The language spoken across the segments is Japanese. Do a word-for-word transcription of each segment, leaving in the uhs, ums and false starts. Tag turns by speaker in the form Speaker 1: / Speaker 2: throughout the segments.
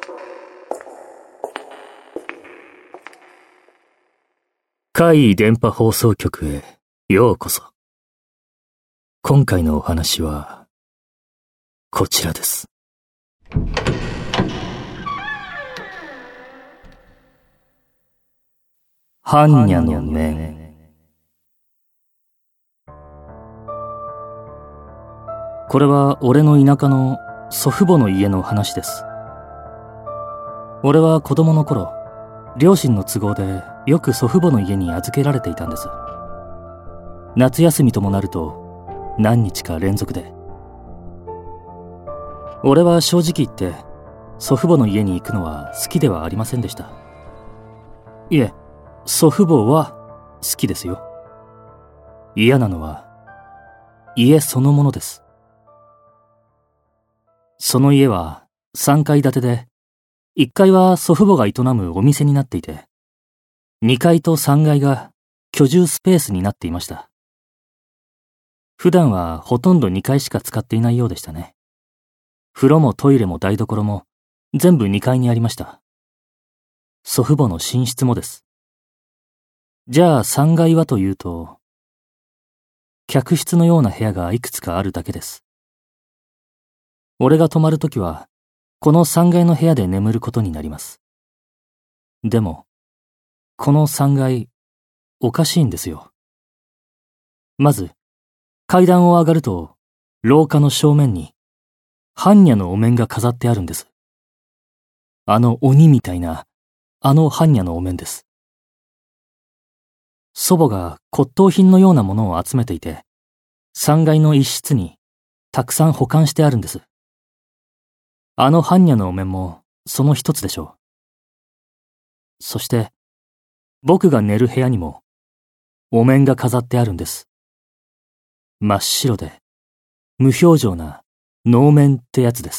Speaker 1: 怪異電波放送局へようこそ。今回のお話はこちらです。般若の面。これは俺の田舎の祖父母の家の話です。俺は子供の頃、両親の都合でよく祖父母の家に預けられていたんです。夏休みともなると何日か連続で。俺は正直言って祖父母の家に行くのは好きではありませんでした。いえ、祖父母は好きですよ。嫌なのは家そのものです。その家はさんかい建てで、いっかいは祖父母が営むお店になっていて、にかいとさんがいが居住スペースになっていました。普段はほとんどにかいしか使っていないようでしたね。風呂もトイレも台所も全部にかいにありました。祖父母の寝室もです。じゃあさんがいはというと、客室のような部屋がいくつかあるだけです。俺が泊まるときは、このさんがいの部屋で眠ることになります。でも、このさんがい、おかしいんですよ。まず、階段を上がると、廊下の正面に、般若のお面が飾ってあるんです。あの鬼みたいな、あの般若のお面です。祖母が骨董品のようなものを集めていて、さんがいの一室にたくさん保管してあるんです。あの般若のお面もその一つでしょう。そして、僕が寝る部屋にもお面が飾ってあるんです。真っ白で無表情な能面ってやつです。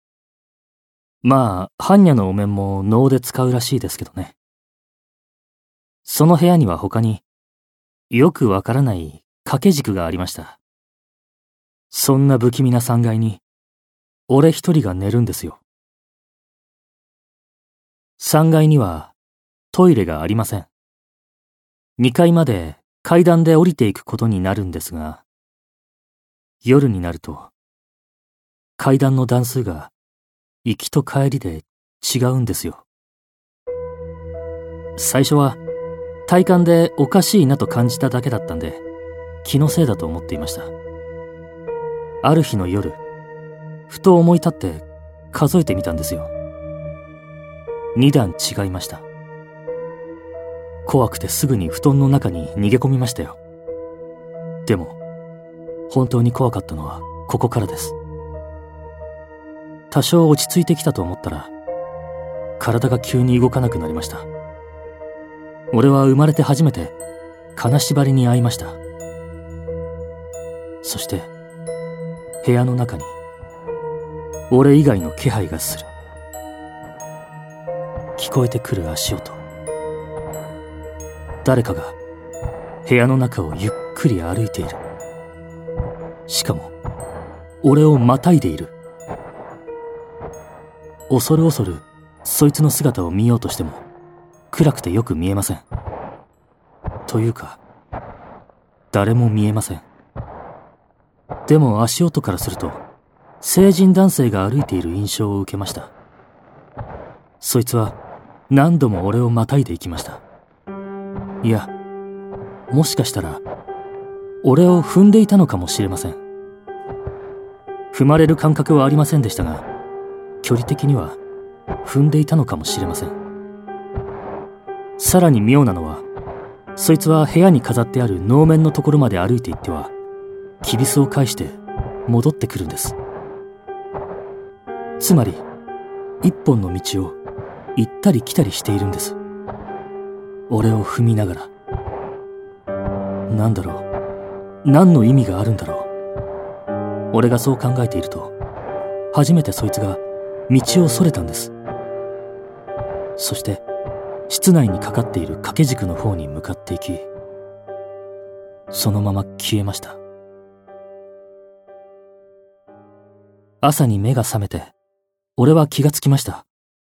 Speaker 1: まあ、般若のお面も能で使うらしいですけどね。その部屋には他によくわからない掛け軸がありました。そんな不気味なさんがいに俺一人が寝るんですよ。さんがいにはトイレがありません。にかいまで階段で降りていくことになるんですが、夜になると階段の段数が行きと帰りで違うんですよ。最初は体感でおかしいなと感じただけだったんで、気のせいだと思っていました。ある日の夜、ふと思い立って数えてみたんですよ。二段違いました。怖くてすぐに布団の中に逃げ込みましたよ。でも、本当に怖かったのはここからです。多少落ち着いてきたと思ったら、体が急に動かなくなりました。俺は生まれて初めて金縛りに遭いました。そして、部屋の中に俺以外の気配がする。聞こえてくる足音。誰かが部屋の中をゆっくり歩いている。しかも俺をまたいでいる。恐る恐るそいつの姿を見ようとしても暗くてよく見えません。というか誰も見えません。でも足音からすると成人男性が歩いている印象を受けました。そいつは何度も俺をまたいでいきました。いや、もしかしたら俺を踏んでいたのかもしれません。踏まれる感覚はありませんでしたが、距離的には踏んでいたのかもしれません。さらに妙なのは、そいつは部屋に飾ってある能面のところまで歩いていってはきびすを返して戻ってくるんです。つまり一本の道を行ったり来たりしているんです。俺を踏みながら。なんだろう、何の意味があるんだろう。俺がそう考えていると、初めてそいつが道をそれたんです。そして室内にかかっている掛け軸の方に向かっていき、そのまま消えました。朝に目が覚めて、俺は気がつきました。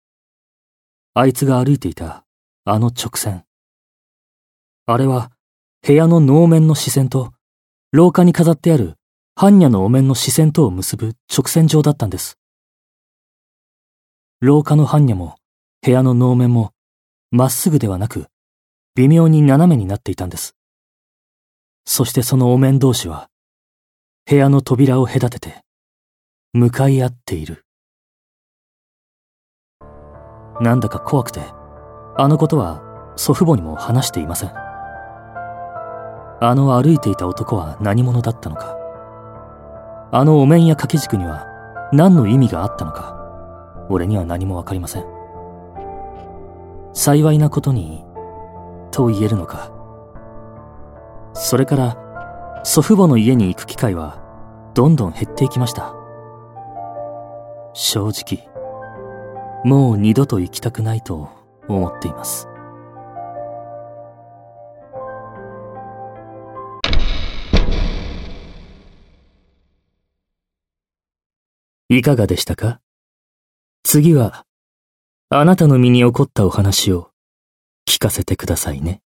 Speaker 1: あいつが歩いていたあの直線。あれは部屋の能面の視線と廊下に飾ってある般若のお面の視線とを結ぶ直線上だったんです。廊下の般若も部屋の能面もまっすぐではなく微妙に斜めになっていたんです。そしてそのお面同士は部屋の扉を隔てて向かい合っている。なんだか怖くて、あのことは祖父母にも話していません。あの歩いていた男は何者だったのか、あのお面や掛け軸には何の意味があったのか、俺には何もわかりません。幸いなことにと言えるのか。それから祖父母の家に行く機会はどんどん減っていきました。正直もう二度と行きたくないと思っています。いかがでしたか？次はあなたの身に起こったお話を聞かせてくださいね。